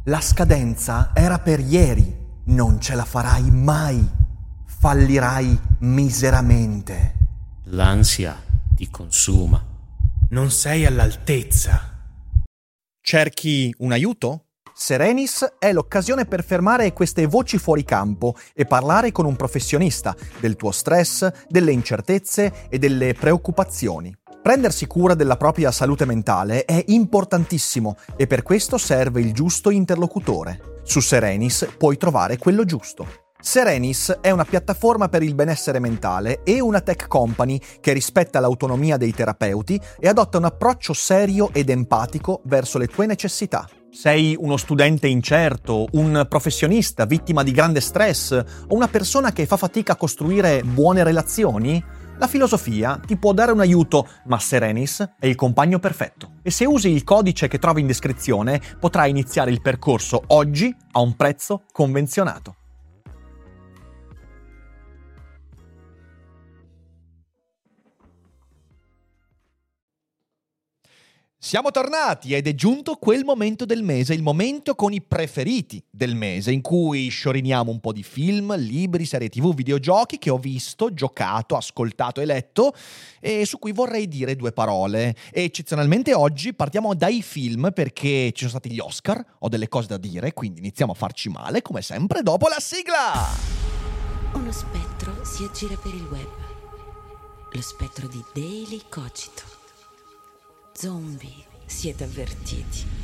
La scadenza era per ieri, non ce la farai mai. Fallirai miseramente. L'ansia ti consuma. Non sei all'altezza. Cerchi un aiuto? Serenis è l'occasione per fermare queste voci fuori campo e parlare con un professionista del tuo stress, delle incertezze e delle preoccupazioni. Prendersi cura della propria salute mentale è importantissimo e per questo serve il giusto interlocutore. Su Serenis puoi trovare quello giusto. Serenis è una piattaforma per il benessere mentale e una tech company che rispetta l'autonomia dei terapeuti e adotta un approccio serio ed empatico verso le tue necessità. Sei uno studente incerto, un professionista vittima di grande stress o una persona che fa fatica a costruire buone relazioni? La filosofia ti può dare un aiuto, ma Serenis è il compagno perfetto. E se usi il codice che trovi in descrizione, potrai iniziare il percorso oggi a un prezzo convenzionato. Siamo tornati ed è giunto quel momento del mese, il momento con i preferiti del mese, in cui scioriniamo un po' di film, libri, serie TV, videogiochi che ho visto, giocato, ascoltato e letto e su cui vorrei dire due parole. E eccezionalmente oggi partiamo dai film perché ci sono stati gli Oscar, ho delle cose da dire, quindi iniziamo a farci male come sempre dopo la sigla! Uno spettro si aggira per il web. Lo spettro di Daily Cogito. Zombie, siete avvertiti.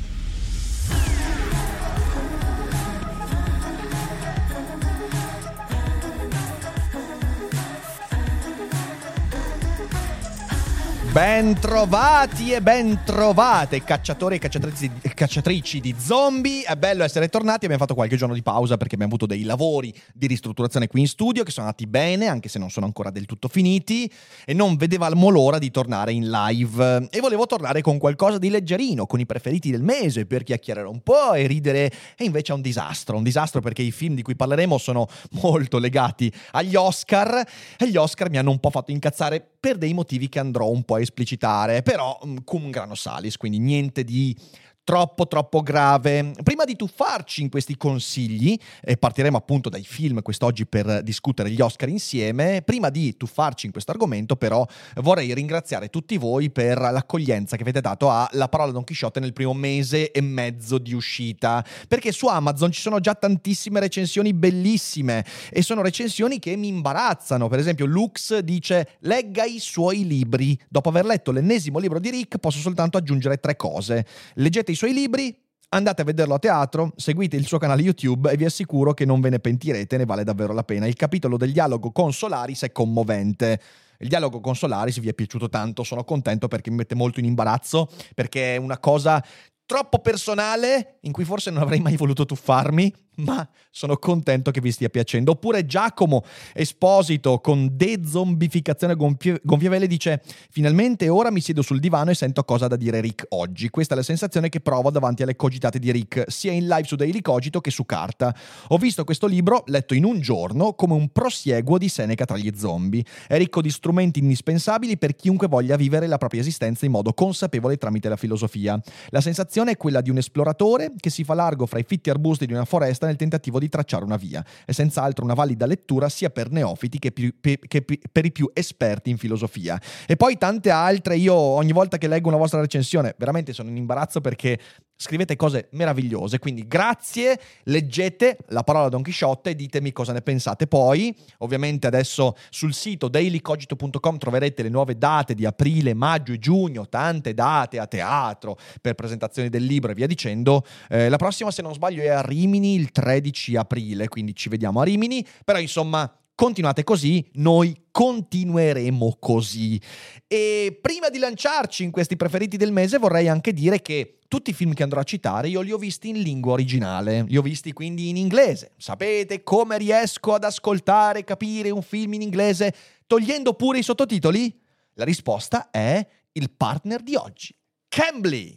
Bentrovati e bentrovate, cacciatori e cacciatrici di zombie. È bello essere tornati, abbiamo fatto qualche giorno di pausa perché abbiamo avuto dei lavori di ristrutturazione qui in studio che sono andati bene, anche se non sono ancora del tutto finiti, e non vedevamo l'ora di tornare in live. E volevo tornare con qualcosa di leggerino, con i preferiti del mese, per chiacchierare un po' e ridere, e invece è un disastro perché i film di cui parleremo sono molto legati agli Oscar, e gli Oscar mi hanno un po' fatto incazzare per dei motivi che andrò un po' a esplicitare, però cum grano salis, quindi niente di troppo grave. Prima di tuffarci in questi consigli, e partiremo appunto dai film quest'oggi per discutere gli Oscar insieme, prima di tuffarci in questo argomento però vorrei ringraziare tutti voi per l'accoglienza che avete dato a La parola Don Chisciotte nel primo mese e mezzo di uscita, perché su Amazon ci sono già tantissime recensioni bellissime e sono recensioni che mi imbarazzano. Per esempio Lux dice: legga i suoi libri, dopo aver letto l'ennesimo libro di Rick posso soltanto aggiungere 3 cose: leggete i suoi libri, andate a vederlo a teatro, seguite il suo canale YouTube e vi assicuro che non ve ne pentirete, ne vale davvero la pena. Il capitolo del dialogo con Solaris è commovente. Il dialogo con Solaris vi è piaciuto tanto, sono contento perché mi mette molto in imbarazzo, perché è una cosa troppo personale in cui forse non avrei mai voluto tuffarmi, ma sono contento che vi stia piacendo. Oppure Giacomo Esposito con dezombificazione gonfievele dice: finalmente ora mi siedo sul divano e sento cosa da dire Rick oggi. Questa è la sensazione che provo davanti alle cogitate di Rick, sia in live su Daily Cogito che su carta. Ho visto questo libro, letto in un giorno, come un prosieguo di Seneca tra gli zombie. È ricco di strumenti indispensabili per chiunque voglia vivere la propria esistenza in modo consapevole tramite la filosofia. La sensazione è quella di un esploratore che si fa largo fra i fitti arbusti di una foresta nel tentativo di tracciare una via. È senz'altro una valida lettura sia per neofiti che per i più esperti in filosofia. E poi tante altre. Io ogni volta che leggo una vostra recensione veramente sono in imbarazzo perché scrivete cose meravigliose, quindi grazie, leggete La parola Don Chisciotte e ditemi cosa ne pensate. Poi ovviamente adesso sul sito dailycogito.com troverete le nuove date di aprile, maggio e giugno, tante date a teatro per presentazioni del libro e via dicendo. La prossima, se non sbaglio, è a Rimini il 13 aprile, quindi ci vediamo a Rimini, però insomma continuate così, noi continueremo così. E prima di lanciarci in questi preferiti del mese vorrei anche dire che tutti i film che andrò a citare io li ho visti in lingua originale, li ho visti quindi in inglese. Sapete come riesco ad ascoltare e capire un film in inglese togliendo pure i sottotitoli? La risposta è il partner di oggi, Cambly.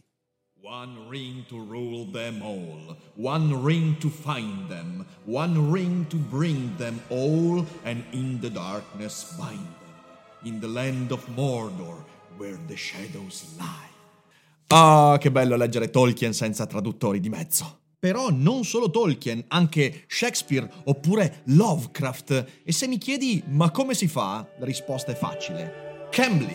One ring to rule them all, one ring to find them, one ring to bring them all, and in the darkness bind them, in the land of Mordor, where the shadows lie. Ah, che bello leggere Tolkien senza traduttori di mezzo. Però non solo Tolkien, anche Shakespeare oppure Lovecraft. E se mi chiedi ma come si fa? La risposta è facile. Cambly.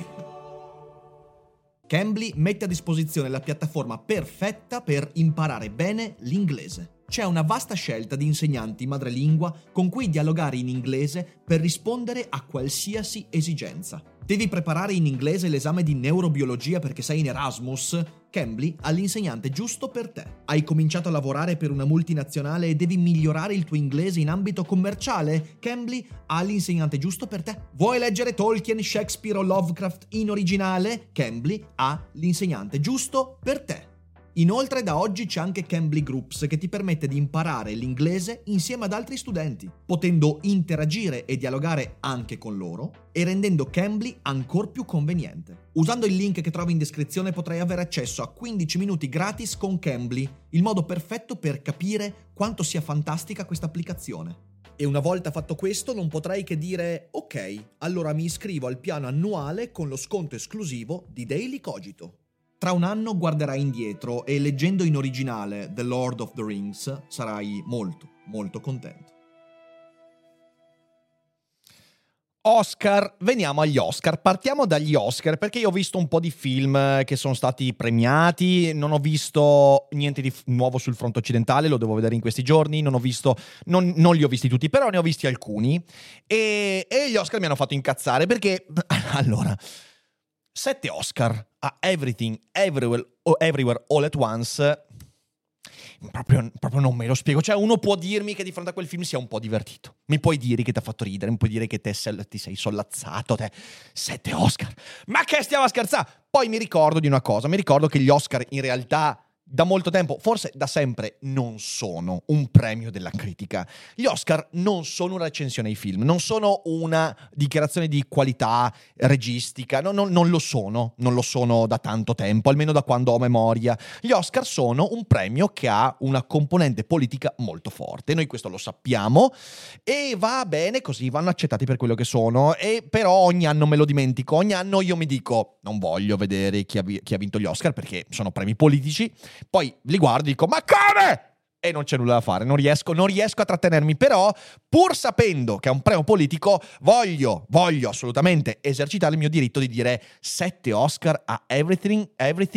Cambly mette a disposizione la piattaforma perfetta per imparare bene l'inglese. C'è una vasta scelta di insegnanti madrelingua con cui dialogare in inglese per rispondere a qualsiasi esigenza. Devi preparare in inglese l'esame di neurobiologia perché sei in Erasmus? Cambly ha l'insegnante giusto per te. Hai cominciato a lavorare per una multinazionale e devi migliorare il tuo inglese in ambito commerciale? Cambly ha l'insegnante giusto per te. Vuoi leggere Tolkien, Shakespeare o Lovecraft in originale? Cambly ha l'insegnante giusto per te. Inoltre da oggi c'è anche Cambly Groups che ti permette di imparare l'inglese insieme ad altri studenti, potendo interagire e dialogare anche con loro e rendendo Cambly ancora più conveniente. Usando il link che trovi in descrizione potrai avere accesso a 15 minuti gratis con Cambly, il modo perfetto per capire quanto sia fantastica questa applicazione. E una volta fatto questo non potrai che dire ok, allora mi iscrivo al piano annuale con lo sconto esclusivo di Daily Cogito. Tra un anno guarderai indietro e leggendo in originale The Lord of the Rings sarai molto, molto contento. Oscar, veniamo agli Oscar, partiamo dagli Oscar perché io ho visto un po' di film che sono stati premiati, non ho visto niente di nuovo sul fronte occidentale, lo devo vedere in questi giorni, non li ho visti tutti, però ne ho visti alcuni e gli Oscar mi hanno fatto incazzare perché, allora, 7 Oscar a Everything, Everywhere, All at Once, proprio non me lo spiego. Cioè, uno può dirmi che di fronte a quel film sia un po' divertito. Mi puoi dire che ti ha fatto ridere, mi puoi dire che ti sei sollazzato. 7 Oscar. Ma che stiamo a scherzare? Poi mi ricordo di una cosa. Mi ricordo che gli Oscar in realtà da molto tempo, forse da sempre, non sono un premio della critica. Gli Oscar non sono una recensione ai film, non sono una dichiarazione di qualità registica, non lo sono da tanto tempo, almeno da quando ho memoria. Gli Oscar sono un premio che ha una componente politica molto forte, noi questo lo sappiamo e va bene così, vanno accettati per quello che sono, e però ogni anno me lo dimentico, ogni anno io mi dico non voglio vedere chi ha vinto gli Oscar perché sono premi politici. Poi li guardo e dico, ma come? E non c'è nulla da fare, non riesco a trattenermi, però pur sapendo che è un premio politico voglio assolutamente esercitare il mio diritto di dire 7 Oscar a Everything,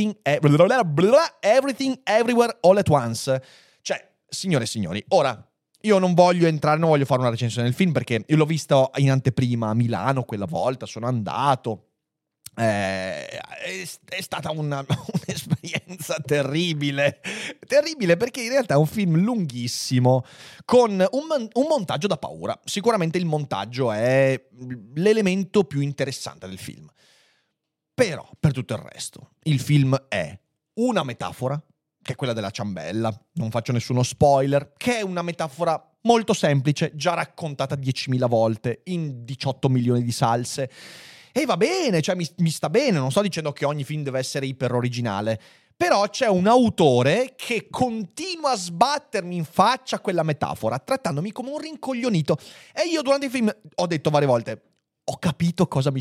Everywhere, All at Once. Cioè, signore e signori, ora io non voglio fare una recensione del film perché io l'ho visto in anteprima a Milano quella volta, sono andato. È stata un'esperienza terribile perché in realtà è un film lunghissimo con un montaggio da paura. Sicuramente il montaggio è l'elemento più interessante del film, però per tutto il resto il film è una metafora, che è quella della ciambella, non faccio nessuno spoiler, che è una metafora molto semplice, già raccontata 10.000 volte in 18 milioni di salse. E va bene, cioè mi sta bene, non sto dicendo che ogni film deve essere iper originale, però c'è un autore che continua a sbattermi in faccia quella metafora, trattandomi come un rincoglionito. E io durante il film ho detto varie volte, ho capito cosa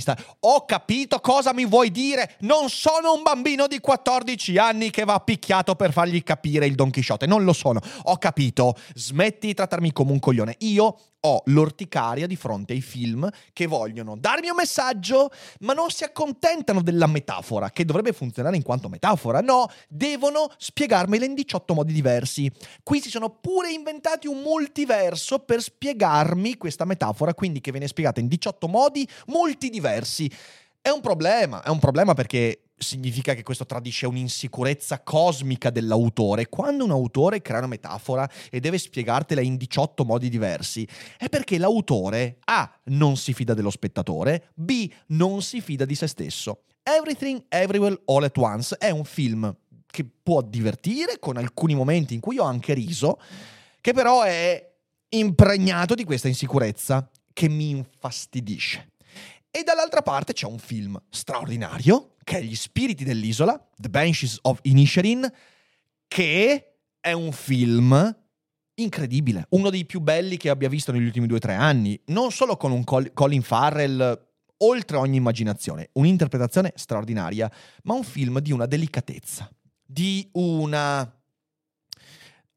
mi vuoi dire, non sono un bambino di 14 anni che va picchiato per fargli capire il Don Chisciotte, non lo sono, ho capito, smetti di trattarmi come un coglione. Io ho l'orticaria di fronte ai film che vogliono darmi un messaggio, ma non si accontentano della metafora, che dovrebbe funzionare in quanto metafora. No, devono spiegarmela in 18 modi diversi. Qui si sono pure inventati un multiverso per spiegarmi questa metafora, quindi che viene spiegata in 18 modi molti diversi. È un problema perché significa che questo tradisce un'insicurezza cosmica dell'autore. Quando un autore crea una metafora e deve spiegartela in 18 modi diversi, è perché l'autore A, non si fida dello spettatore, B, non si fida di se stesso. Everything, Everywhere, All at Once è un film che può divertire, con alcuni momenti in cui ho anche riso, che però è impregnato di questa insicurezza che mi infastidisce. E dall'altra parte c'è un film straordinario, che è Gli spiriti dell'isola, The Banshees of Inisherin, che è un film incredibile, uno dei più belli che abbia visto negli ultimi 2 o 3 anni, non solo con un Colin Farrell oltre ogni immaginazione, un'interpretazione straordinaria, ma un film di una delicatezza, di una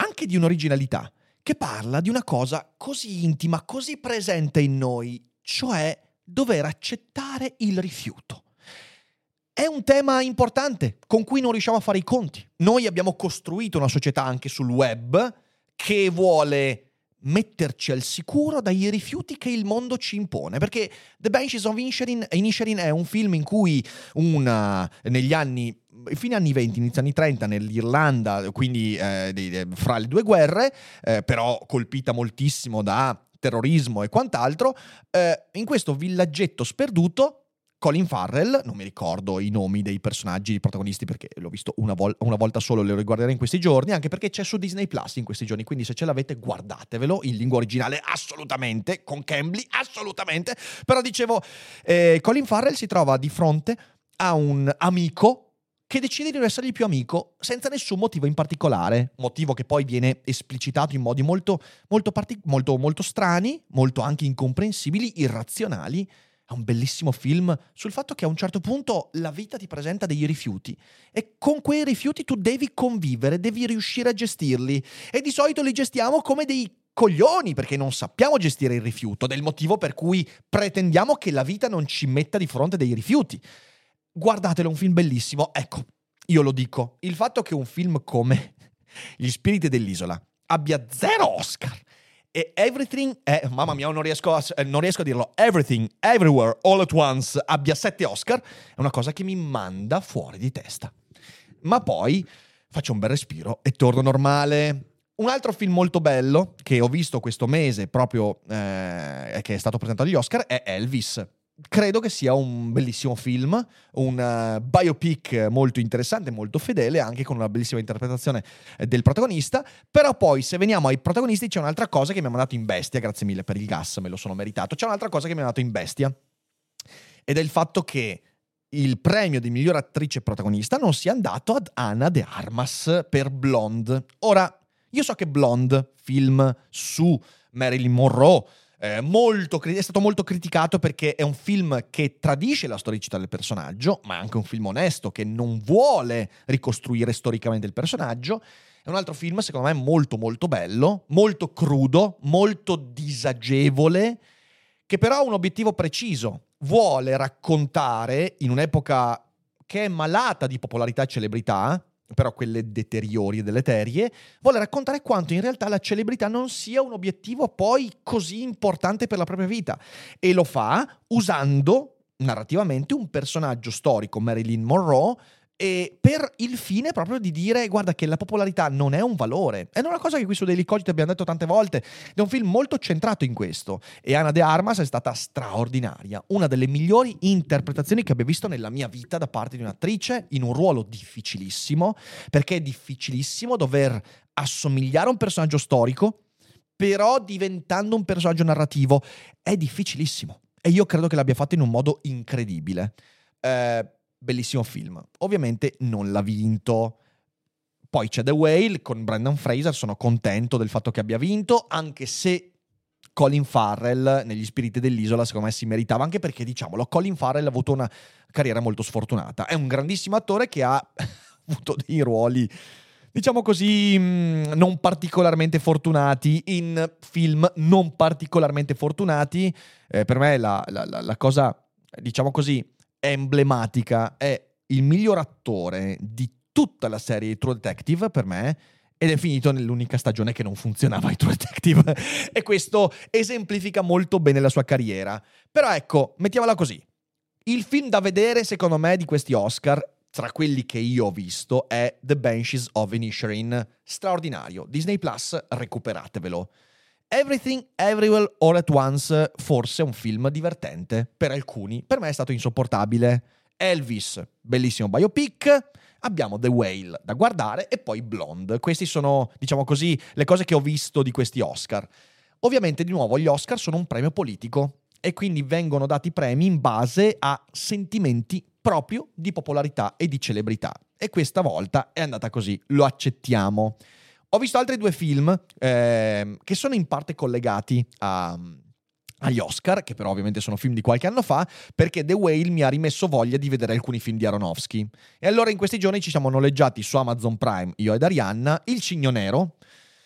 anche di un'originalità, che parla di una cosa così intima, così presente in noi, cioè dover accettare il rifiuto. È un tema importante con cui non riusciamo a fare i conti. Noi abbiamo costruito una società anche sul web che vuole metterci al sicuro dai rifiuti che il mondo ci impone, perché The Banshees of Inisherin è un film in cui negli anni fine anni 20, inizio anni 30 nell'Irlanda, quindi fra le due guerre, però colpita moltissimo da terrorismo e quant'altro, in questo villaggetto sperduto Colin Farrell, non mi ricordo i nomi dei personaggi, i protagonisti, perché l'ho visto una volta solo, lo riguarderei in questi giorni, anche perché c'è su Disney Plus in questi giorni, quindi se ce l'avete guardatevelo, in lingua originale assolutamente, con Cambly assolutamente, però dicevo, Colin Farrell si trova di fronte a un amico che decide di non essergli più amico senza nessun motivo in particolare, motivo che poi viene esplicitato in modi molto strani, molto anche incomprensibili, irrazionali. È un bellissimo film sul fatto che a un certo punto la vita ti presenta dei rifiuti e con quei rifiuti tu devi convivere, devi riuscire a gestirli, e di solito li gestiamo come dei coglioni perché non sappiamo gestire il rifiuto, del motivo per cui pretendiamo che la vita non ci metta di fronte dei rifiuti. Guardatelo, è un film bellissimo. Ecco, io lo dico, il fatto che un film come Gli spiriti dell'isola abbia 0 Oscar e Everything, mamma mia, non riesco a dirlo, Everything, Everywhere, All at Once abbia 7 Oscar, è una cosa che mi manda fuori di testa. Ma poi faccio un bel respiro e torno normale. Un altro film molto bello che ho visto questo mese, proprio che è stato presentato agli Oscar, è Elvis. Credo che sia un bellissimo film, un biopic molto interessante, molto fedele, anche con una bellissima interpretazione del protagonista. Però poi, se veniamo ai protagonisti, c'è un'altra cosa che mi ha mandato in bestia. Grazie mille per il gas, me lo sono meritato. C'è un'altra cosa che mi ha mandato in bestia, ed è il fatto che il premio di miglior attrice protagonista non sia andato ad Ana de Armas per Blonde. Ora, io so che Blonde, film su Marilyn Monroe, è stato molto criticato perché è un film che tradisce la storicità del personaggio, ma è anche un film onesto che non vuole ricostruire storicamente il personaggio. È un altro film, secondo me, molto molto bello, molto crudo, molto disagevole, che però ha un obiettivo preciso. Vuole raccontare, in un'epoca che è malata di popolarità e celebrità, però quelle deteriori e deleterie, vuole raccontare quanto in realtà la celebrità non sia un obiettivo poi così importante per la propria vita, e lo fa usando narrativamente un personaggio storico, Marilyn Monroe, e per il fine proprio di dire guarda che la popolarità non è un valore. È una cosa che qui su Daily Cogito abbiamo detto tante volte, è un film molto centrato in questo, e Ana de Armas è stata straordinaria, una delle migliori interpretazioni che abbia visto nella mia vita da parte di un'attrice in un ruolo difficilissimo, perché è difficilissimo dover assomigliare a un personaggio storico però diventando un personaggio narrativo. È difficilissimo e io credo che l'abbia fatto in un modo incredibile. Bellissimo film. Ovviamente non l'ha vinto. Poi c'è The Whale con Brendan Fraser, sono contento del fatto che abbia vinto, anche se Colin Farrell negli spiriti dell'isola secondo me si meritava, anche perché, diciamolo, Colin Farrell ha avuto una carriera molto sfortunata. È un grandissimo attore che ha avuto dei ruoli, diciamo così, non particolarmente fortunati, in film non particolarmente fortunati. Per me la cosa, diciamo così, emblematica è il miglior attore di tutta la serie True Detective per me, ed è finito nell'unica stagione che non funzionava i True Detective e questo esemplifica molto bene la sua carriera. Però ecco, mettiamola così, il film da vedere secondo me di questi Oscar, tra quelli che io ho visto, è The Banshees of Inisherin, straordinario. Disney Plus, recuperatevelo. Everything, Everywhere, All at Once, forse un film divertente per alcuni, per me è stato insopportabile. Elvis, bellissimo biopic, abbiamo The Whale da guardare e poi Blonde. Questi sono, diciamo così, le cose che ho visto di questi Oscar. Ovviamente, di nuovo, gli Oscar sono un premio politico e quindi vengono dati premi in base a sentimenti proprio di popolarità e di celebrità. E questa volta è andata così, lo accettiamo. Ho visto altri 2 film che sono in parte collegati agli Oscar, che però ovviamente sono film di qualche anno fa, perché The Whale mi ha rimesso voglia di vedere alcuni film di Aronofsky. E allora in questi giorni ci siamo noleggiati su Amazon Prime, io ed Arianna, Il Cigno Nero,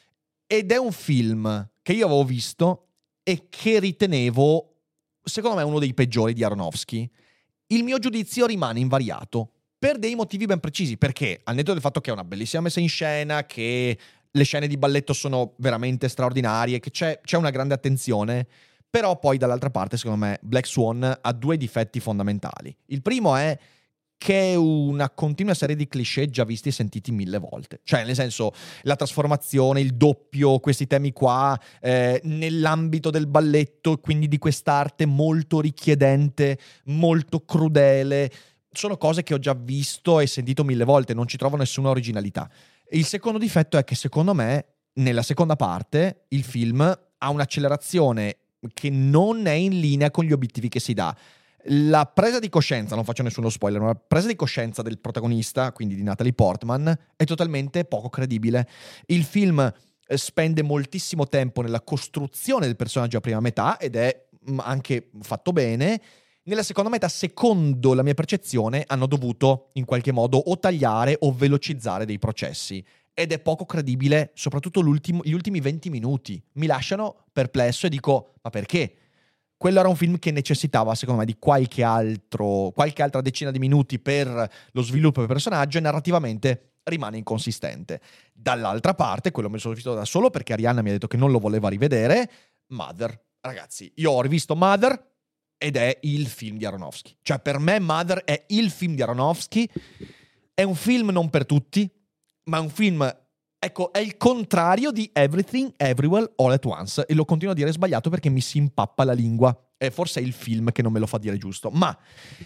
ed è un film che io avevo visto e che ritenevo, secondo me, uno dei peggiori di Aronofsky. Il mio giudizio rimane invariato per dei motivi ben precisi, perché al netto del fatto che è una bellissima messa in scena, che le scene di balletto sono veramente straordinarie, che c'è una grande attenzione, però poi dall'altra parte, secondo me, Black Swan ha due difetti fondamentali. Il primo è che è una continua serie di cliché già visti e sentiti 1000 volte. Cioè, nel senso, la trasformazione, il doppio, questi temi qua, nell'ambito del balletto, quindi di quest'arte molto richiedente, molto crudele, sono cose che ho già visto e sentito 1000 volte, non ci trovo nessuna originalità. Il secondo difetto è che, secondo me, nella seconda parte, il film ha un'accelerazione che non è in linea con gli obiettivi che si dà. La presa di coscienza, non faccio nessuno spoiler, ma la presa di coscienza del protagonista, quindi di Natalie Portman, è totalmente poco credibile. Il film spende moltissimo tempo nella costruzione del personaggio a prima metà ed è anche fatto bene. Nella seconda metà, secondo la mia percezione, hanno dovuto in qualche modo o tagliare o velocizzare dei processi. Ed è poco credibile, soprattutto gli ultimi 20 minuti. Mi lasciano perplesso e dico, ma perché? Quello era un film che necessitava, secondo me, di qualche altra decina di minuti per lo sviluppo del personaggio e narrativamente rimane inconsistente. Dall'altra parte, quello me lo sono visto da solo perché Arianna mi ha detto che non lo voleva rivedere, Mother. Ragazzi, io ho rivisto Mother ed è il film di Aronofsky. Cioè, per me Mother è il film di Aronofsky. È un film non per tutti, ma è un film... Ecco, è il contrario di Everything, Everywhere, All at Once. E lo continuo a dire sbagliato perché mi si impappa la lingua. Forse è il film che non me lo fa dire giusto. Ma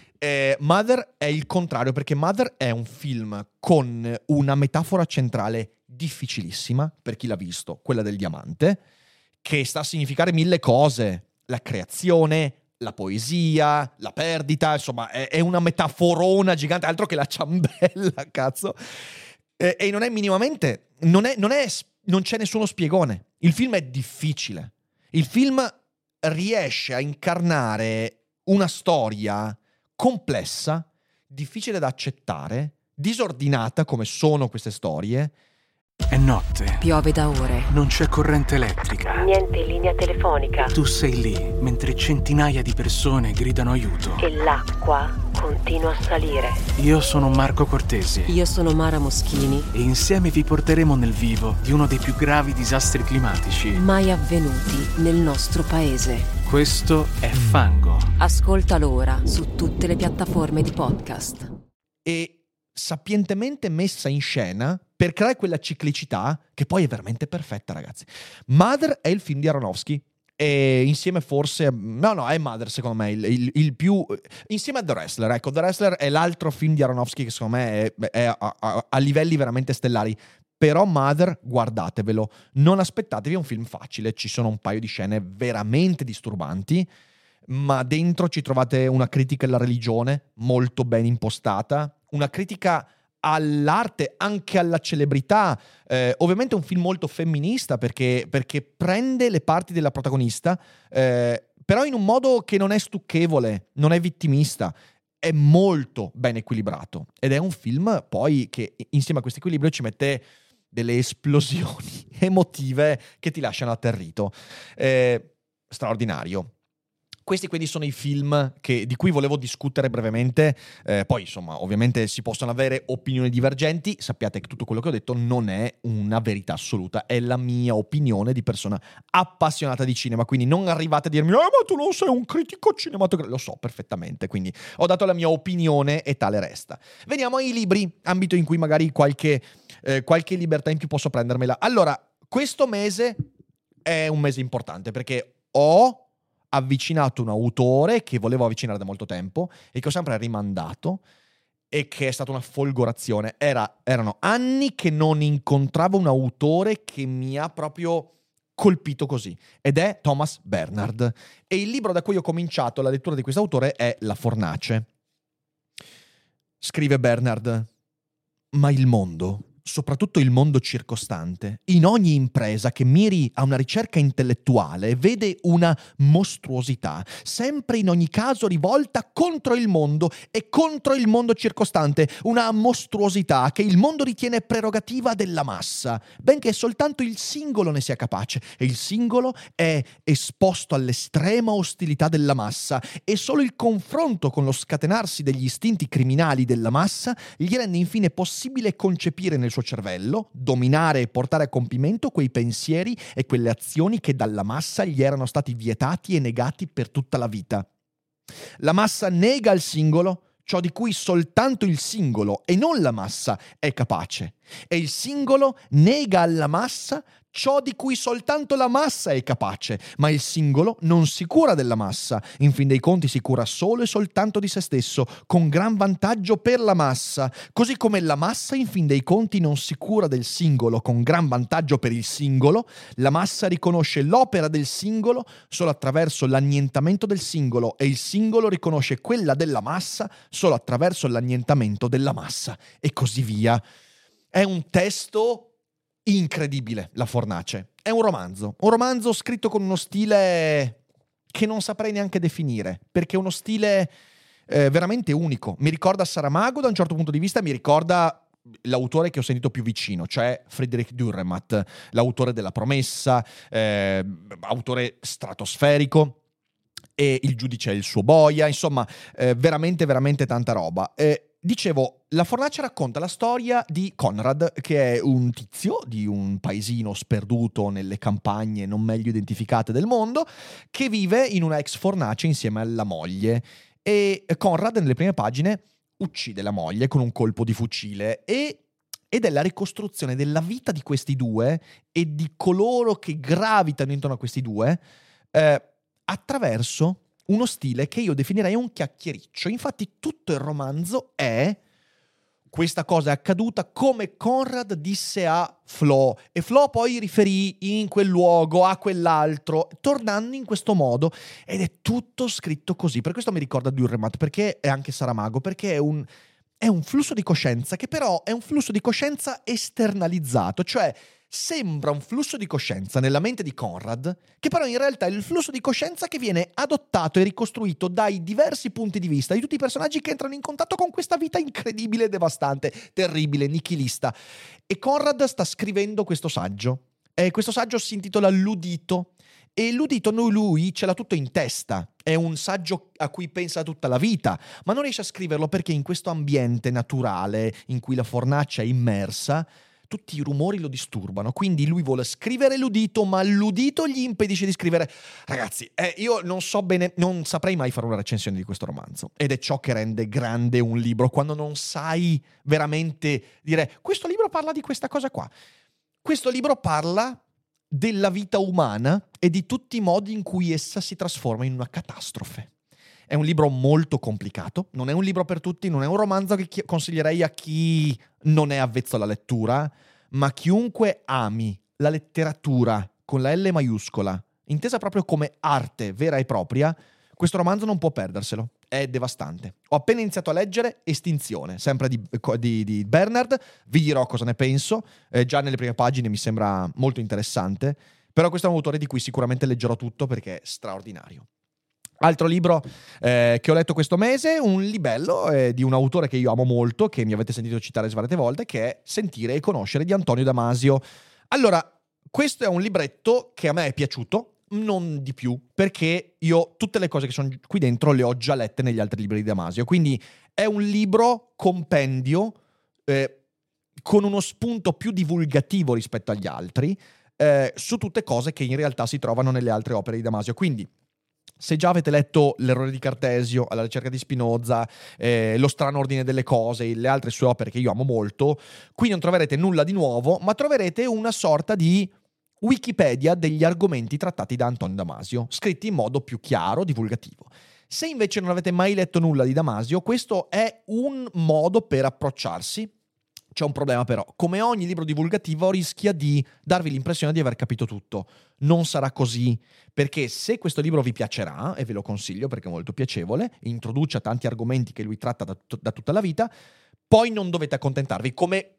Mother è il contrario, perché Mother è un film con una metafora centrale difficilissima, per chi l'ha visto, quella del diamante, che sta a significare 1000 cose. La creazione, la poesia, la perdita, insomma, è una metaforona gigante, altro che la ciambella, cazzo. E non è minimamente... Non c'è nessuno spiegone. Il film è difficile. Il film riesce a incarnare una storia complessa, difficile da accettare, disordinata come sono queste storie. È notte. Piove da ore. Non c'è corrente elettrica. Niente linea telefonica. Tu sei lì, mentre centinaia di persone gridano aiuto. E l'acqua continua a salire. Io sono Marco Cortesi. Io sono Mara Moschini. E insieme vi porteremo nel vivo di uno dei più gravi disastri climatici mai avvenuti nel nostro paese. Questo è Fango. Ascoltalo ora su tutte le piattaforme di podcast. E sapientemente messa in scena per creare quella ciclicità che poi è veramente perfetta, ragazzi. Mother è il film di Aronofsky e insieme forse... No, è Mother secondo me il più... Insieme a The Wrestler, ecco, The Wrestler è l'altro film di Aronofsky che secondo me è a livelli veramente stellari. Però Mother, guardatevelo, non aspettatevi un film facile, ci sono un paio di scene veramente disturbanti, ma dentro ci trovate una critica alla religione molto ben impostata, una critica all'arte, anche alla celebrità. Ovviamente è un film molto femminista perché prende le parti della protagonista, però in un modo che non è stucchevole, non è vittimista, è molto ben equilibrato. Ed è un film poi che insieme a questo equilibrio ci mette delle esplosioni emotive che ti lasciano atterrito. Straordinario. Questi quindi sono i film di cui volevo discutere brevemente. Poi, insomma, ovviamente si possono avere opinioni divergenti. Sappiate che tutto quello che ho detto non è una verità assoluta, è la mia opinione di persona appassionata di cinema. Quindi non arrivate a dirmi ma tu non sei un critico cinematografico. Lo so perfettamente, quindi ho dato la mia opinione e tale resta. Veniamo ai libri, ambito in cui magari qualche libertà in più posso prendermela. Allora, questo mese è un mese importante perché ho avvicinato un autore che volevo avvicinare da molto tempo e che ho sempre rimandato e che è stata una folgorazione. Erano anni che non incontravo un autore che mi ha proprio colpito così, ed è Thomas Bernhard. E il libro da cui ho cominciato la lettura di questo autore è La Fornace. Scrive Bernhard: ma il mondo soprattutto il mondo circostante, in ogni impresa che miri a una ricerca intellettuale, vede una mostruosità, sempre in ogni caso rivolta contro il mondo e contro il mondo circostante, una mostruosità che il mondo ritiene prerogativa della massa, benché soltanto il singolo ne sia capace, e il singolo è esposto all'estrema ostilità della massa, e solo il confronto con lo scatenarsi degli istinti criminali della massa gli rende infine possibile concepire nel suo cervello, dominare e portare a compimento quei pensieri e quelle azioni che dalla massa gli erano stati vietati e negati per tutta la vita. La massa nega al singolo ciò di cui soltanto il singolo e non la massa è capace, e il singolo nega alla massa ciò di cui soltanto la massa è capace, ma il singolo non si cura della massa, in fin dei conti si cura solo e soltanto di se stesso, con gran vantaggio per la massa, così come la massa in fin dei conti non si cura del singolo, con gran vantaggio per il singolo. La massa riconosce l'opera del singolo solo attraverso l'annientamento del singolo, e il singolo riconosce quella della massa solo attraverso l'annientamento della massa, e così via. È un testo incredibile, La Fornace. È un romanzo scritto con uno stile che non saprei neanche definire, perché è uno stile veramente unico. Mi ricorda Saramago da un certo punto di vista, mi ricorda l'autore che ho sentito più vicino, cioè Friedrich Dürrenmatt, l'autore della Promessa, autore stratosferico, e Il giudice e il suo boia, insomma, veramente, veramente tanta roba. Dicevo, La Fornace racconta la storia di Conrad, che è un tizio di un paesino sperduto nelle campagne non meglio identificate del mondo, che vive in una ex fornace insieme alla moglie. E Conrad, nelle prime pagine, uccide la moglie con un colpo di fucile, ed è la ricostruzione della vita di questi due e di coloro che gravitano intorno a questi due attraverso uno stile che io definirei un chiacchiericcio. Infatti tutto il romanzo è: questa cosa è accaduta come Conrad disse a Flo, e Flo poi riferì in quel luogo a quell'altro, tornando in questo modo, ed è tutto scritto così. Per questo mi ricorda Dürrenmatt, perché è anche Saramago, perché è un flusso di coscienza che però è un flusso di coscienza esternalizzato, cioè sembra un flusso di coscienza nella mente di Conrad, che però in realtà è il flusso di coscienza che viene adottato e ricostruito dai diversi punti di vista di tutti i personaggi che entrano in contatto con questa vita incredibile, devastante, terribile, nichilista. E Conrad sta scrivendo questo saggio. Questo saggio si intitola L'udito. E l'udito lui ce l'ha tutto in testa, è un saggio a cui pensa tutta la vita, ma non riesce a scriverlo perché in questo ambiente naturale in cui la fornace è immersa tutti i rumori lo disturbano, quindi lui vuole scrivere l'udito, ma l'udito gli impedisce di scrivere. Ragazzi, io non so bene, non saprei mai fare una recensione di questo romanzo, ed è ciò che rende grande un libro, quando non sai veramente dire questo libro parla di questa cosa qua. Questo libro parla della vita umana e di tutti i modi in cui essa si trasforma in una catastrofe. È un libro molto complicato, non è un libro per tutti, non è un romanzo che consiglierei a chi non è avvezzo alla lettura, ma chiunque ami la letteratura con la L maiuscola, intesa proprio come arte vera e propria, questo romanzo non può perderselo, è devastante. Ho appena iniziato a leggere Estinzione, sempre di Bernard, vi dirò cosa ne penso, già nelle prime pagine mi sembra molto interessante, però questo è un autore di cui sicuramente leggerò tutto perché è straordinario. Altro libro che ho letto questo mese, un libello di un autore che io amo molto, che mi avete sentito citare svariate volte, che è Sentire e conoscere di Antonio Damasio. Allora, questo è un libretto che a me è piaciuto, non di più, perché io tutte le cose che sono qui dentro le ho già lette negli altri libri di Damasio, quindi è un libro compendio con uno spunto più divulgativo rispetto agli altri, su tutte cose che in realtà si trovano nelle altre opere di Damasio. Quindi se già avete letto L'errore di Cartesio, Alla ricerca di Spinoza, Lo strano ordine delle cose, le altre sue opere che io amo molto, qui non troverete nulla di nuovo, ma troverete una sorta di Wikipedia degli argomenti trattati da Antonio Damasio, scritti in modo più chiaro, divulgativo. Se invece non avete mai letto nulla di Damasio, questo è un modo per approcciarsi. C'è un problema però, come ogni libro divulgativo rischia di darvi l'impressione di aver capito tutto. Non sarà così, perché se questo libro vi piacerà, e ve lo consiglio perché è molto piacevole, introduce tanti argomenti che lui tratta da tutta la vita, poi non dovete accontentarvi, come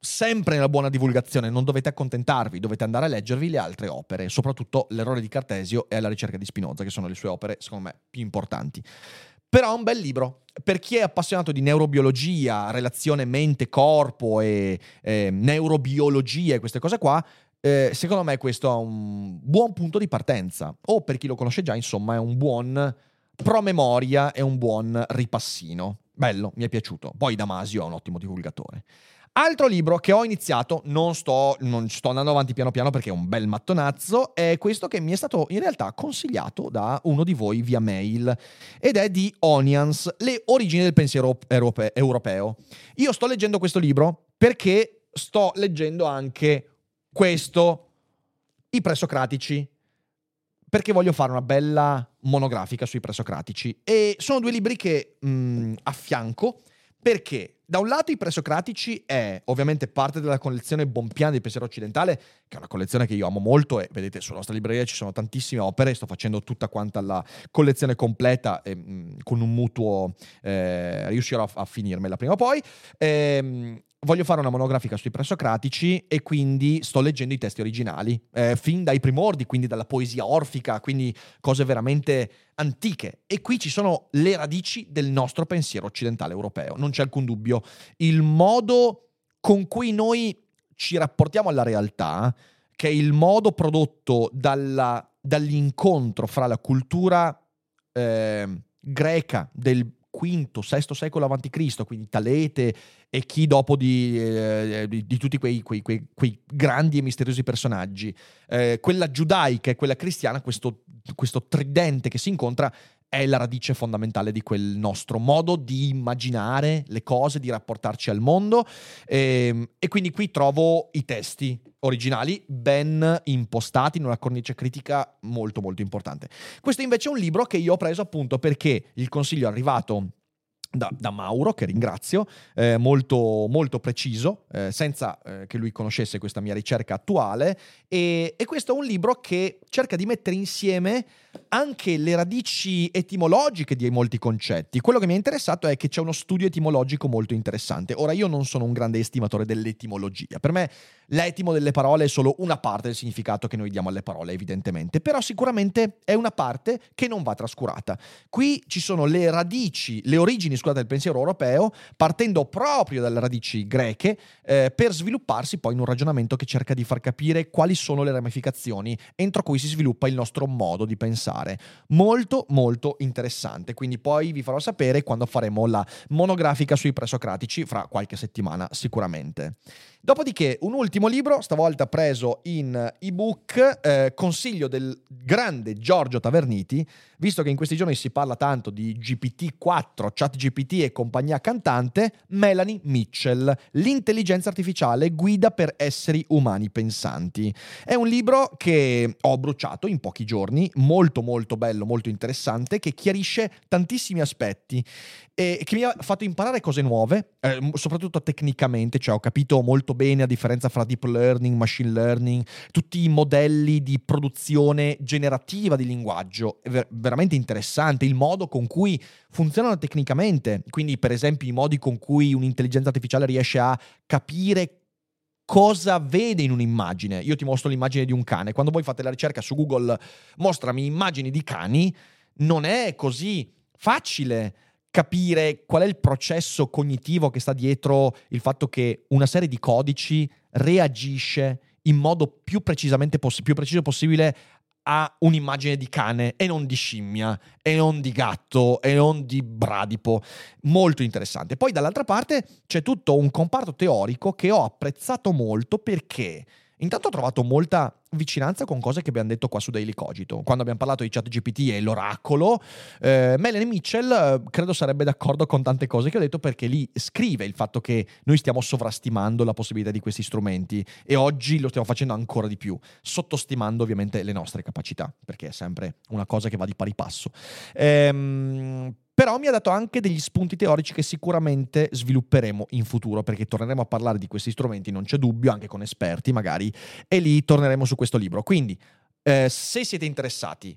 sempre nella buona divulgazione, non dovete accontentarvi, dovete andare a leggervi le altre opere, soprattutto L'errore di Cartesio e Alla ricerca di Spinoza, che sono le sue opere, secondo me, più importanti. Però è un bel libro. Per chi è appassionato di neurobiologia, relazione mente-corpo e neurobiologia e queste cose qua, secondo me questo è un buon punto di partenza. O per chi lo conosce già, insomma, è un buon promemoria e un buon ripassino. Bello, mi è piaciuto. Poi Damasio è un ottimo divulgatore. Altro libro che ho iniziato, non sto andando avanti piano piano perché è un bel mattonazzo, è questo che mi è stato in realtà consigliato da uno di voi via mail, ed è di Onions, le origini del pensiero europeo. Io sto leggendo questo libro perché sto leggendo anche questo, I presocratici, perché voglio fare una bella monografica sui presocratici, e sono due libri che affianco, perché da un lato I presocratici è ovviamente parte della collezione Bonpian del pensiero occidentale, che è una collezione che io amo molto, e vedete sulla nostra libreria ci sono tantissime opere, sto facendo tutta quanta la collezione completa e con un mutuo riuscirò a finirmela prima o poi. Voglio fare una monografica sui presocratici e quindi sto leggendo i testi originali, fin dai primordi, quindi dalla poesia orfica, quindi cose veramente antiche. E qui ci sono le radici del nostro pensiero occidentale europeo, non c'è alcun dubbio. Il modo con cui noi ci rapportiamo alla realtà, che è il modo prodotto dall'incontro fra la cultura greca del V-VI secolo a.C., quindi Talete e chi dopo di tutti quei grandi e misteriosi personaggi, quella giudaica e quella cristiana, questo tridente che si incontra è la radice fondamentale di quel nostro modo di immaginare le cose, di rapportarci al mondo, e quindi qui trovo i testi originali ben impostati in una cornice critica molto molto importante. Questo invece è un libro che io ho preso appunto perché il consiglio è arrivato da Mauro, che ringrazio, molto, molto preciso, senza che lui conoscesse questa mia ricerca attuale, e questo è un libro che cerca di mettere insieme anche le radici etimologiche di molti concetti. Quello che mi è interessato è che c'è uno studio etimologico molto interessante. Ora, io non sono un grande estimatore dell'etimologia, per me l'etimo delle parole è solo una parte del significato che noi diamo alle parole, evidentemente, però sicuramente è una parte che non va trascurata. Qui ci sono le origini del pensiero europeo, partendo proprio dalle radici greche, per svilupparsi poi in un ragionamento che cerca di far capire quali sono le ramificazioni entro cui si sviluppa il nostro modo di pensare. Molto molto interessante, quindi poi vi farò sapere quando faremo la monografica sui presocratici fra qualche settimana sicuramente. Dopodiché un ultimo libro, stavolta preso in ebook, consiglio del grande Giorgio Taverniti, visto che in questi giorni si parla tanto di GPT-4, ChatGPT e compagnia cantante, Melanie Mitchell, L'intelligenza artificiale, guida per esseri umani pensanti. È un libro che ho bruciato in pochi giorni, molto molto bello, molto interessante, che chiarisce tantissimi aspetti e che mi ha fatto imparare cose nuove, soprattutto tecnicamente, cioè ho capito molto bene la differenza fra deep learning, machine learning, tutti i modelli di produzione generativa di linguaggio, veramente interessante, il modo con cui funzionano tecnicamente, quindi per esempio i modi con cui un'intelligenza artificiale riesce a capire cosa vede in un'immagine. Io ti mostro l'immagine di un cane, quando voi fate la ricerca su Google mostrami immagini di cani, non è così facile capire qual è il processo cognitivo che sta dietro il fatto che una serie di codici reagisce in modo più preciso possibile a un'immagine di cane e non di scimmia, e non di gatto, e non di bradipo. Molto interessante. Poi dall'altra parte c'è tutto un comparto teorico che ho apprezzato molto, perché intanto ho trovato molta vicinanza con cose che abbiamo detto qua su Daily Cogito. Quando abbiamo parlato di ChatGPT e l'oracolo, Melanie Mitchell credo sarebbe d'accordo con tante cose che ho detto, perché lì scrive il fatto che noi stiamo sovrastimando la possibilità di questi strumenti e oggi lo stiamo facendo ancora di più, sottostimando ovviamente le nostre capacità, perché è sempre una cosa che va di pari passo. Però mi ha dato anche degli spunti teorici che sicuramente svilupperemo in futuro, perché torneremo a parlare di questi strumenti, non c'è dubbio, anche con esperti magari, e lì torneremo su questo libro. Quindi, se siete interessati,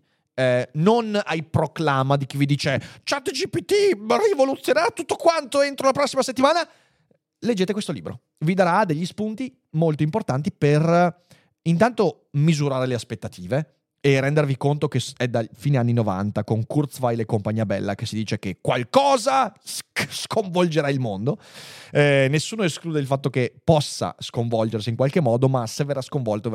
non ai proclama di chi vi dice ChatGPT rivoluzionerà tutto quanto entro la prossima settimana, leggete questo libro. vi darà degli spunti molto importanti per intanto misurare le aspettative e rendervi conto che è dal fine anni 90 con Kurzweil e compagnia bella che si dice che qualcosa sconvolgerà il mondo. Nessuno esclude il fatto che possa sconvolgersi in qualche modo, ma se verrà sconvolto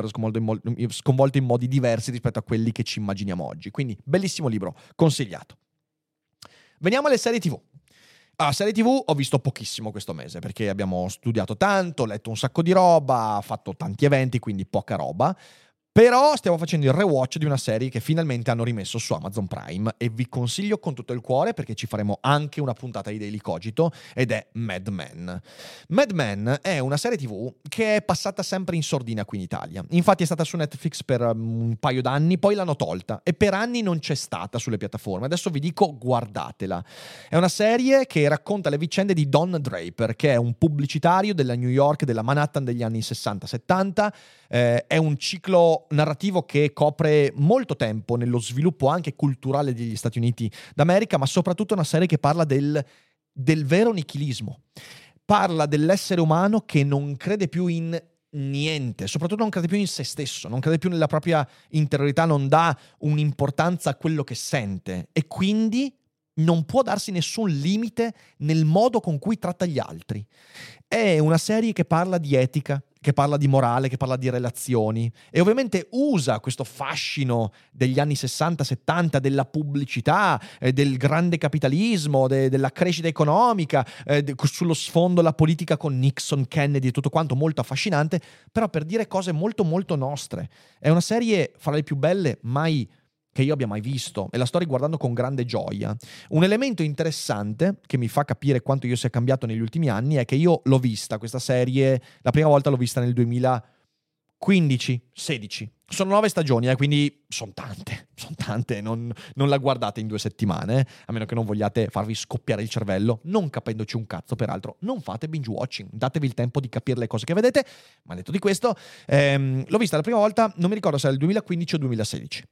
in modi diversi rispetto a quelli che ci immaginiamo oggi. Quindi bellissimo libro, consigliato. Veniamo alle serie TV. Serie TV ho visto pochissimo questo mese perché abbiamo studiato tanto, letto un sacco di roba, fatto tanti eventi, quindi poca roba. Però stiamo facendo il rewatch di una serie che finalmente hanno rimesso su Amazon Prime e vi consiglio con tutto il cuore perché ci faremo anche una puntata di Daily Cogito ed è Mad Men. Mad Men è una serie TV che è passata sempre in sordina qui in Italia. Infatti è stata su Netflix per un paio d'anni, poi l'hanno tolta e per anni non c'è stata sulle piattaforme. Adesso vi dico guardatela. È una serie che racconta le vicende di Don Draper, che è un pubblicitario della New York, della Manhattan degli anni 60-70. È un ciclo narrativo che copre molto tempo nello sviluppo anche culturale degli Stati Uniti d'America, ma soprattutto una serie che parla del vero nichilismo. Parla dell'essere umano che non crede più in niente, soprattutto non crede più in se stesso, non crede più nella propria interiorità, non dà un'importanza a quello che sente e quindi non può darsi nessun limite nel modo con cui tratta gli altri. È una serie che parla di etica, che parla di morale, che parla di relazioni e ovviamente usa questo fascino degli anni 60-70, della pubblicità, del grande capitalismo, della crescita economica, sullo sfondo la politica con Nixon, Kennedy e tutto quanto, molto affascinante, però per dire cose molto molto nostre. È una serie fra le più belle mai che io abbia mai visto e la sto riguardando con grande gioia. Un elemento interessante che mi fa capire quanto io sia cambiato negli ultimi anni è che io l'ho vista, questa serie, la prima volta l'ho vista nel 2015-16. Sono 9 stagioni, quindi sono tante, non la guardate in 2 settimane, a meno che non vogliate farvi scoppiare il cervello, non capendoci un cazzo, peraltro, non fate binge watching, datevi il tempo di capire le cose che vedete, ma detto di questo, l'ho vista la prima volta, non mi ricordo se era il 2015 o 2016.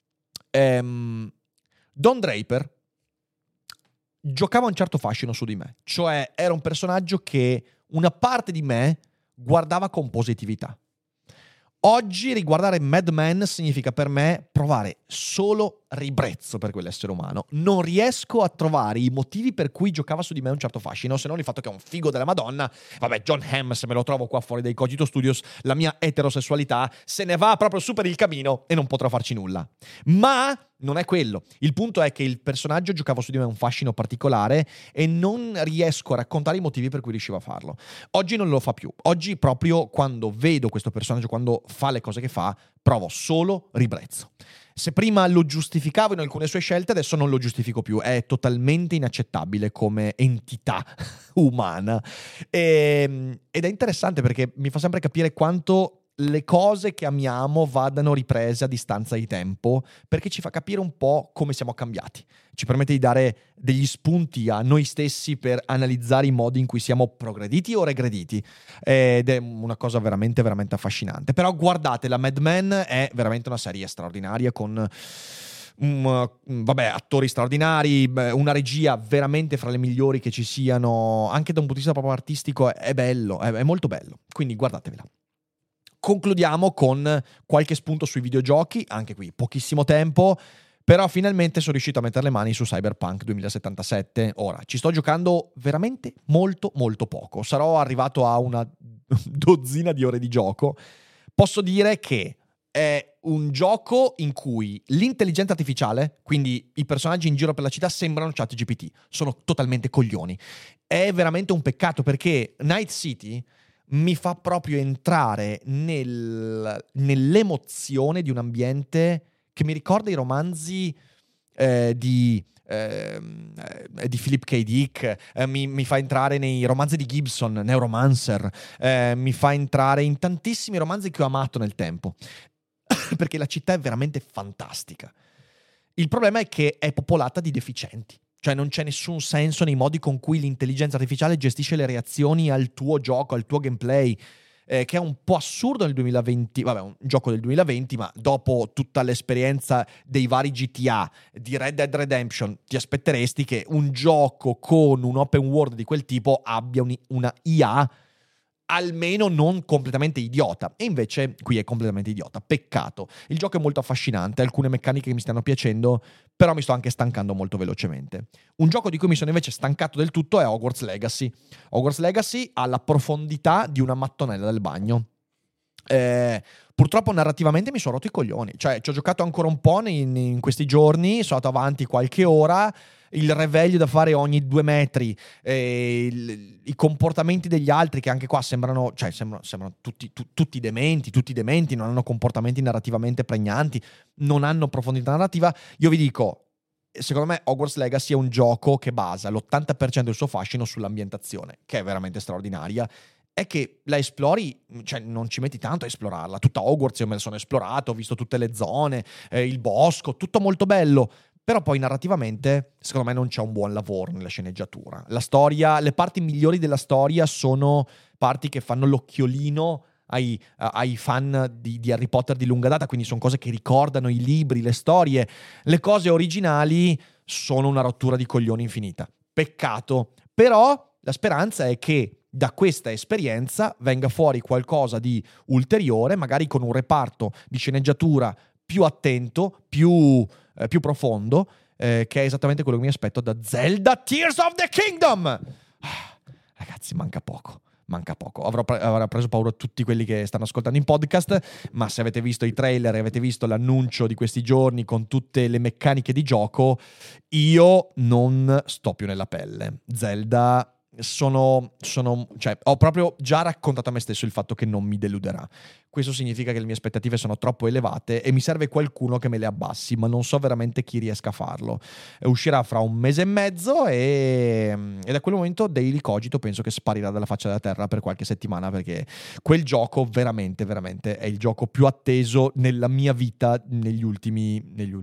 Don Draper giocava un certo fascino su di me, cioè era un personaggio che una parte di me guardava con positività. Oggi riguardare Mad Men significa per me provare solo ribrezzo per quell'essere umano. Non riesco a trovare i motivi per cui giocava su di me un certo fascino, se non il fatto che è un figo della Madonna. Vabbè, John Hamm, se me lo trovo qua fuori dai Cogito Studios, la mia eterosessualità se ne va proprio su per il camino e non potrò farci nulla. Ma non è quello. Il punto è che il personaggio giocava su di me un fascino particolare e non riesco a raccontare i motivi per cui riusciva a farlo. Oggi non lo fa più. Oggi proprio quando vedo questo personaggio, quando fa le cose che fa, provo solo ribrezzo. Se prima lo giustificavo in alcune sue scelte, adesso non lo giustifico più. È totalmente inaccettabile come entità umana. Ed è interessante perché mi fa sempre capire quanto le cose che amiamo vadano riprese a distanza di tempo, perché ci fa capire un po' come siamo cambiati. Ci permette di dare degli spunti a noi stessi per analizzare i modi in cui siamo progrediti o regrediti. Ed è una cosa veramente, veramente affascinante. Però guardate, la Mad Men è veramente una serie straordinaria con attori straordinari, una regia veramente fra le migliori che ci siano, anche da un punto di vista proprio artistico. È bello, è molto bello. Quindi guardatevela. Concludiamo con qualche spunto sui videogiochi, anche qui pochissimo tempo, però finalmente sono riuscito a mettere le mani su Cyberpunk 2077. Ora, ci sto giocando veramente molto molto poco, sarò arrivato a una dozzina di ore di gioco. Posso dire che è un gioco in cui l'intelligenza artificiale, quindi i personaggi in giro per la città, sembrano ChatGPT, sono totalmente coglioni. È veramente un peccato perché Night City mi fa proprio entrare nell'emozione di un ambiente che mi ricorda i romanzi di Philip K. Dick, mi fa entrare nei romanzi di Gibson, Neuromancer, mi fa entrare in tantissimi romanzi che ho amato nel tempo, perché la città è veramente fantastica. Il problema è che è popolata di deficienti. Cioè non c'è nessun senso nei modi con cui l'intelligenza artificiale gestisce le reazioni al tuo gioco, al tuo gameplay, che è un po' assurdo nel 2020, vabbè, un gioco del 2020, ma dopo tutta l'esperienza dei vari GTA, di Red Dead Redemption, ti aspetteresti che un gioco con un open world di quel tipo abbia una IA almeno non completamente idiota, e invece qui è completamente idiota. Peccato. Il gioco è molto affascinante, alcune meccaniche che mi stanno piacendo, però mi sto anche stancando molto velocemente. Un gioco di cui mi sono invece stancato del tutto è Hogwarts Legacy. Hogwarts Legacy ha la profondità di una mattonella del bagno. Purtroppo narrativamente mi sono rotto i coglioni, cioè ci ho giocato ancora un po' in questi giorni, sono andato avanti qualche ora, il reveglio da fare ogni 2 metri, i comportamenti degli altri che anche qua sembrano tutti dementi, non hanno comportamenti narrativamente pregnanti, non hanno profondità narrativa. Io vi dico, secondo me Hogwarts Legacy è un gioco che basa l'80% del suo fascino sull'ambientazione, che è veramente straordinaria. È che la esplori, cioè non ci metti tanto a esplorarla. Tutta Hogwarts io me la sono esplorato, ho visto tutte le zone, il bosco, tutto molto bello. Però poi narrativamente, secondo me, non c'è un buon lavoro nella sceneggiatura. La storia, le parti migliori della storia sono parti che fanno l'occhiolino ai fan di Harry Potter di lunga data, quindi sono cose che ricordano i libri, le storie. Le cose originali sono una rottura di coglioni infinita. Peccato. Però la speranza è che da questa esperienza venga fuori qualcosa di ulteriore, magari con un reparto di sceneggiatura più attento, più profondo, che è esattamente quello che mi aspetto da Zelda Tears of the Kingdom. Ragazzi, manca poco. Avrò preso paura tutti quelli che stanno ascoltando in podcast, ma se avete visto i trailer e avete visto l'annuncio di questi giorni con tutte le meccaniche di gioco, io non sto più nella pelle. Zelda cioè, ho proprio già raccontato a me stesso il fatto che non mi deluderà. Questo significa che le mie aspettative sono troppo elevate e mi serve qualcuno che me le abbassi, ma non so veramente chi riesca a farlo. Uscirà fra 1 mese e mezzo e da quel momento Daily Cogito penso che sparirà dalla faccia della terra per qualche settimana, perché quel gioco veramente è il gioco più atteso nella mia vita negli ultimi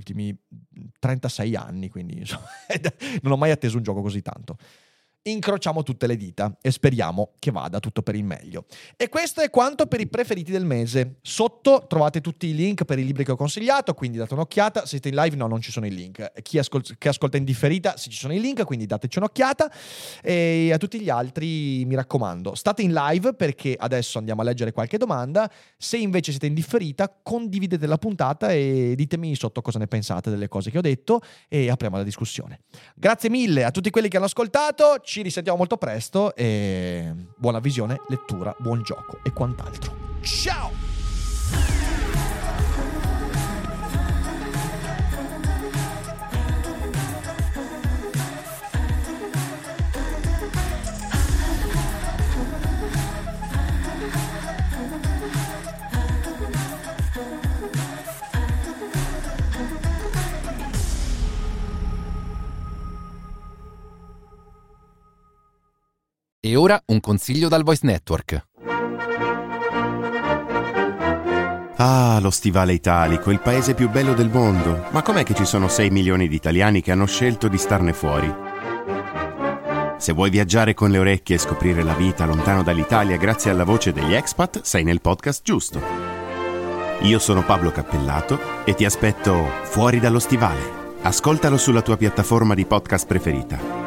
36 anni, quindi insomma, non ho mai atteso un gioco così tanto. Incrociamo tutte le dita e speriamo che vada tutto per il meglio. E questo è quanto per i preferiti del mese. Sotto trovate tutti i link per i libri che ho consigliato, quindi date un'occhiata. Se siete in live, no, non ci sono i link. Chi ascolta in differita, sì, ci sono i link, quindi dateci un'occhiata. E a tutti gli altri mi raccomando, state in live perché adesso andiamo a leggere qualche domanda. Se invece siete in differita, condividete la puntata e ditemi sotto cosa ne pensate delle cose che ho detto e apriamo la discussione. Grazie mille a tutti quelli che hanno ascoltato. Ci risentiamo molto presto e buona visione, lettura, buon gioco e quant'altro. Ciao! E ora un consiglio dal Voice Network. Ah, lo Stivale Italico, il paese più bello del mondo. Ma com'è che ci sono 6 milioni di italiani che hanno scelto di starne fuori? Se vuoi viaggiare con le orecchie e scoprire la vita lontano dall'Italia grazie alla voce degli expat, sei nel podcast giusto. Io sono Pablo Cappellato e ti aspetto fuori dallo Stivale. Ascoltalo sulla tua piattaforma di podcast preferita.